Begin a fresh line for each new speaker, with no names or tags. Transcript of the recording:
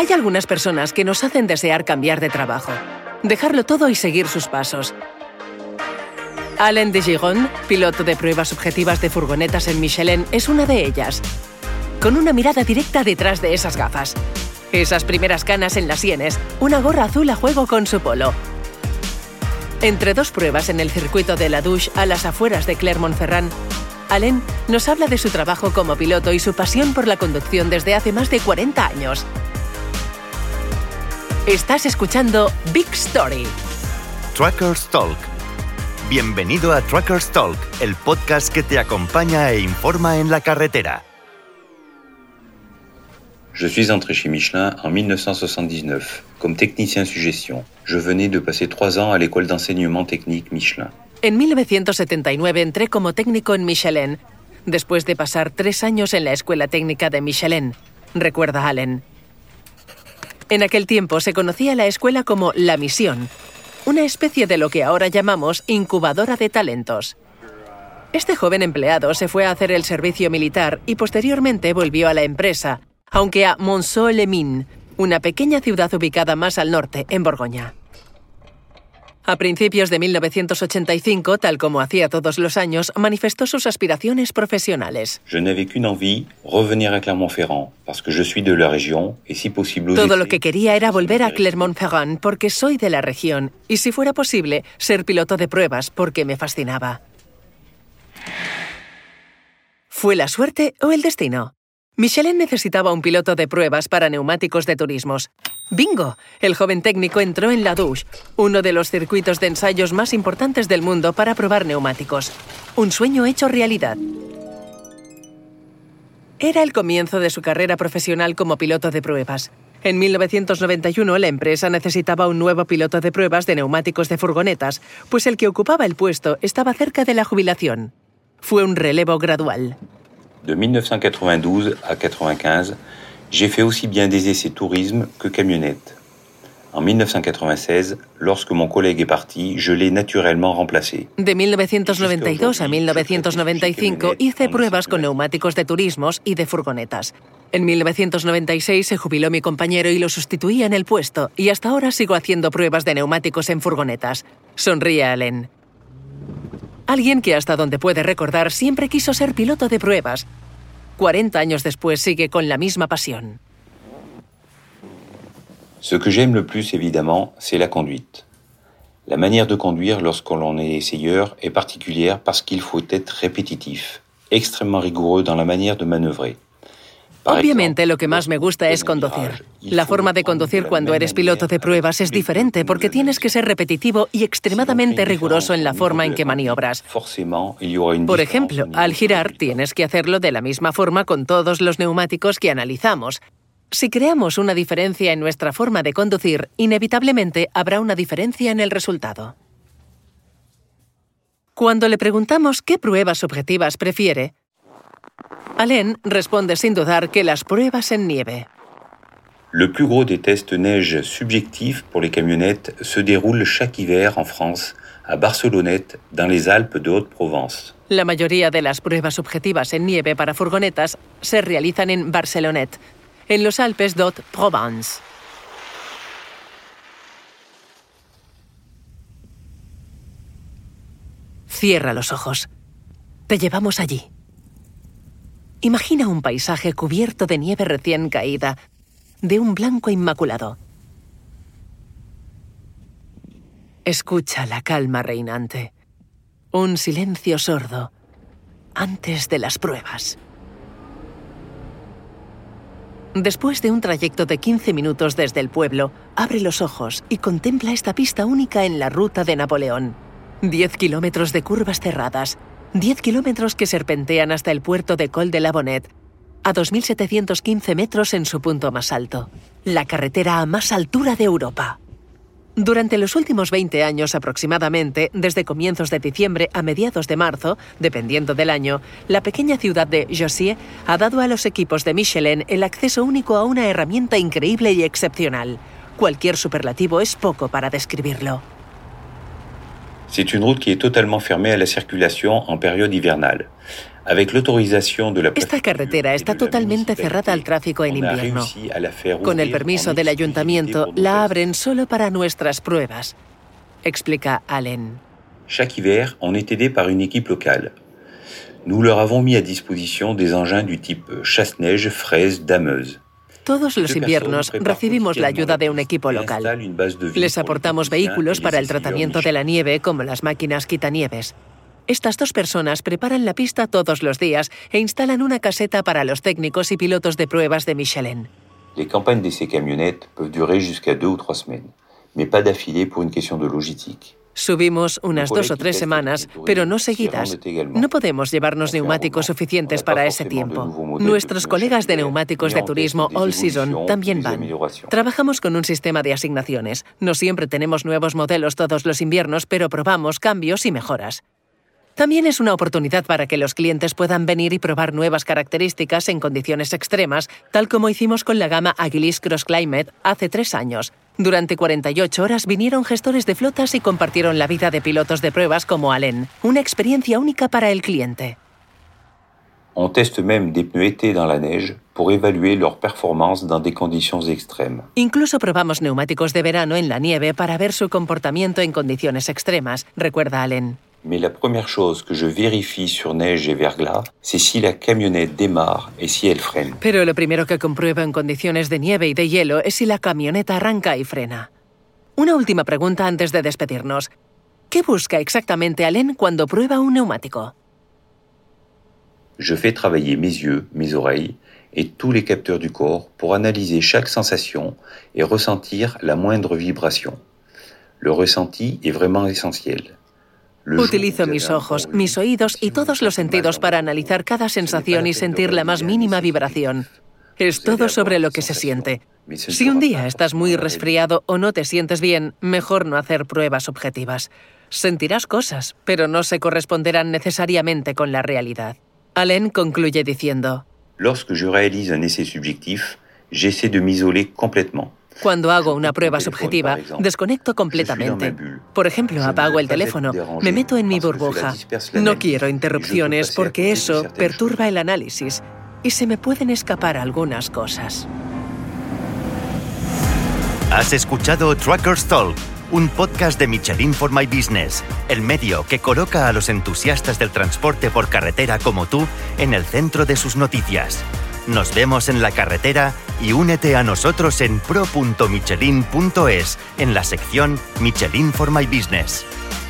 Hay algunas personas que nos hacen desear cambiar de trabajo, dejarlo todo y seguir sus pasos. Alain de Giron, piloto de pruebas subjetivas de furgonetas en Michelin, es una de ellas. Con una mirada directa detrás de esas gafas, esas primeras canas en las sienes, una gorra azul a juego con su polo. Entre dos pruebas en el circuito de La Douche, a las afueras de Clermont-Ferrand, Alain nos habla de su trabajo como piloto y su pasión por la conducción desde hace más de 40 años. Estás escuchando Big Story.
Truckers Talk. Bienvenido a Truckers Talk, el podcast que te acompaña e informa en la carretera.
Je suis entré chez Michelin en 1979, comme technicien suggestion. Je venais de passer 3 ans à l'école d'enseignement technique Michelin.
En 1979 entré como técnico en Michelin, después de pasar 3 años en la escuela técnica de Michelin, recuerda Alain. En aquel tiempo se conocía la escuela como La Misión, una especie de lo que ahora llamamos incubadora de talentos. Este joven empleado se fue a hacer el servicio militar y posteriormente volvió a la empresa, aunque a Monceau-les-Mines, una pequeña ciudad ubicada más al norte, en Borgoña. A principios de 1985, tal como hacía todos los años, manifestó sus aspiraciones profesionales.
Je n'avais qu'une envie, revenir à Clermont-Ferrand, parce que je suis de la région, et si possible...
Todo lo que quería era volver a Clermont-Ferrand porque soy de la región, y si fuera posible, ser piloto de pruebas porque me fascinaba. ¿Fue la suerte o el destino? Michelin necesitaba un piloto de pruebas para neumáticos de turismos. ¡Bingo! El joven técnico entró en La Douche, uno de los circuitos de ensayos más importantes del mundo para probar neumáticos. Un sueño hecho realidad. Era el comienzo de su carrera profesional como piloto de pruebas. En 1991 la empresa necesitaba un nuevo piloto de pruebas de neumáticos de furgonetas, pues el que ocupaba el puesto estaba cerca de la jubilación. Fue un relevo gradual.
De 1992 à 95, j'ai fait aussi bien des essais tourisme que camionnettes. En 1996, lorsque mon collègue est parti, je l'ai naturellement remplacé.
De 1992 a 1995 hice pruebas con neumáticos de turismos y de furgonetas. En 1996 se jubiló mi compañero y lo sustituí en el puesto, y hasta ahora sigo haciendo pruebas de neumáticos en furgonetas. Sonríe Alain. Alguien que hasta donde puede recordar siempre quiso ser piloto de pruebas. 40 años después sigue con la misma pasión.
Ce que j'aime le plus, évidemment, c'est la conduite. La manière de conduire lorsque l'on est essayeur est particulière parce qu'il faut être répétitif, extrêmement rigoureux dans la manière de manœuvrer.
Obviamente lo que más me gusta es conducir. La forma de conducir cuando eres piloto de pruebas es diferente porque tienes que ser repetitivo y extremadamente riguroso en la forma en que maniobras. Por ejemplo, al girar tienes que hacerlo de la misma forma con todos los neumáticos que analizamos. Si creamos una diferencia en nuestra forma de conducir, inevitablemente habrá una diferencia en el resultado. Cuando le preguntamos qué pruebas objetivas prefiere, Alain responde sin dudar que las pruebas en nieve.
Le plus gros des tests neige subjectifs pour les camionnettes se déroule chaque hiver en France, à Barcelonnette, dans les Alpes de Haute-Provence.
La mayoría de las pruebas subjetivas en nieve para furgonetas se realizan en Barcelonnette, en los Alpes de Haute-Provence. Cierra los ojos. Te llevamos allí. Imagina un paisaje cubierto de nieve recién caída, de un blanco inmaculado. Escucha la calma reinante. Un silencio sordo antes de las pruebas. Después de un trayecto de 15 minutos desde el pueblo, abre los ojos y contempla esta pista única en la ruta de Napoleón. 10 kilómetros de curvas cerradas, 10 kilómetros que serpentean hasta el puerto de Col de la Bonette, a 2.715 metros en su punto más alto. La carretera a más altura de Europa. Durante los últimos 20 años aproximadamente, desde comienzos de diciembre a mediados de marzo, dependiendo del año, la pequeña ciudad de Jossier ha dado a los equipos de Michelin el acceso único a una herramienta increíble y excepcional. Cualquier superlativo es poco para describirlo.
C'est une route qui est totalement fermée à la circulation en période hivernale. Avec l'autorización de la
Esta carretera está totalmente cerrada al tráfico en invierno. Con el permiso del ayuntamiento, la abren solo para nuestras pruebas, explica Allen.
Chaque hiver, on est aidé par une équipe locale. Nous leur avons mis à disposition des engins du type chasse-neige, fraise, dameuse.
Todos los inviernos recibimos la ayuda de un equipo local. Les aportamos vehículos para el tratamiento de la nieve, como las máquinas quitanieves. Estas 2 personas preparan la pista todos los días e instalan una caseta para los técnicos y pilotos de pruebas de Michelin.
Les campagnes d'essai camionnettes peuvent durer jusqu'à 2 ou 3 semaines, mais pas d'affilée pour une question de logistique.
Subimos unas 2 o 3 semanas, pero no seguidas. No podemos llevarnos neumáticos suficientes para ese tiempo. Nuestros colegas de neumáticos de turismo All Season también van. Trabajamos con un sistema de asignaciones. No siempre tenemos nuevos modelos todos los inviernos, pero probamos cambios y mejoras. También es una oportunidad para que los clientes puedan venir y probar nuevas características en condiciones extremas, tal como hicimos con la gama Agilis Cross Climate hace 3 años. Durante 48 horas vinieron gestores de flotas y compartieron la vida de pilotos de pruebas como Allen. Una experiencia única para el cliente.
On teste même des pneus été dans la neige pour évaluer leur performance dans des conditions extrêmes.
Incluso probamos neumáticos de verano en la nieve para ver su comportamiento en condiciones extremas, recuerda Allen.
Mais la première chose que je vérifie sur neige et verglas, c'est si la camionnette démarre et si elle freine.
Pero lo primero que compruebo en condiciones de nieve y de hielo es si la camioneta arranca y frena. Una última pregunta antes de despedirnos. ¿Qué busca exactamente Allen cuando prueba un neumático?
Je fais travailler mes yeux, mes oreilles et tous les capteurs du corps pour analyser chaque sensation et ressentir la moindre vibration. Le ressenti est vraiment essentiel.
Utilizo mis ojos, mis oídos y todos los sentidos para analizar cada sensación y sentir la más mínima vibración. Es todo sobre lo que se siente. Si un día estás muy resfriado o no te sientes bien, mejor no hacer pruebas objetivas. Sentirás cosas, pero no se corresponderán necesariamente con la realidad. Allen concluye diciendo:
Lorsque je réalise un essai subjectif, j'essaie de m'isoler complètement.
Cuando hago una prueba subjetiva, desconecto completamente. Por ejemplo, apago el teléfono, me meto en mi burbuja. No quiero interrupciones porque eso perturba el análisis y se me pueden escapar algunas cosas.
Has escuchado Truckers Talk, un podcast de Michelin for My Business, el medio que coloca a los entusiastas del transporte por carretera como tú en el centro de sus noticias. Nos vemos en la carretera y únete a nosotros en pro.michelin.es en la sección Michelin for My Business.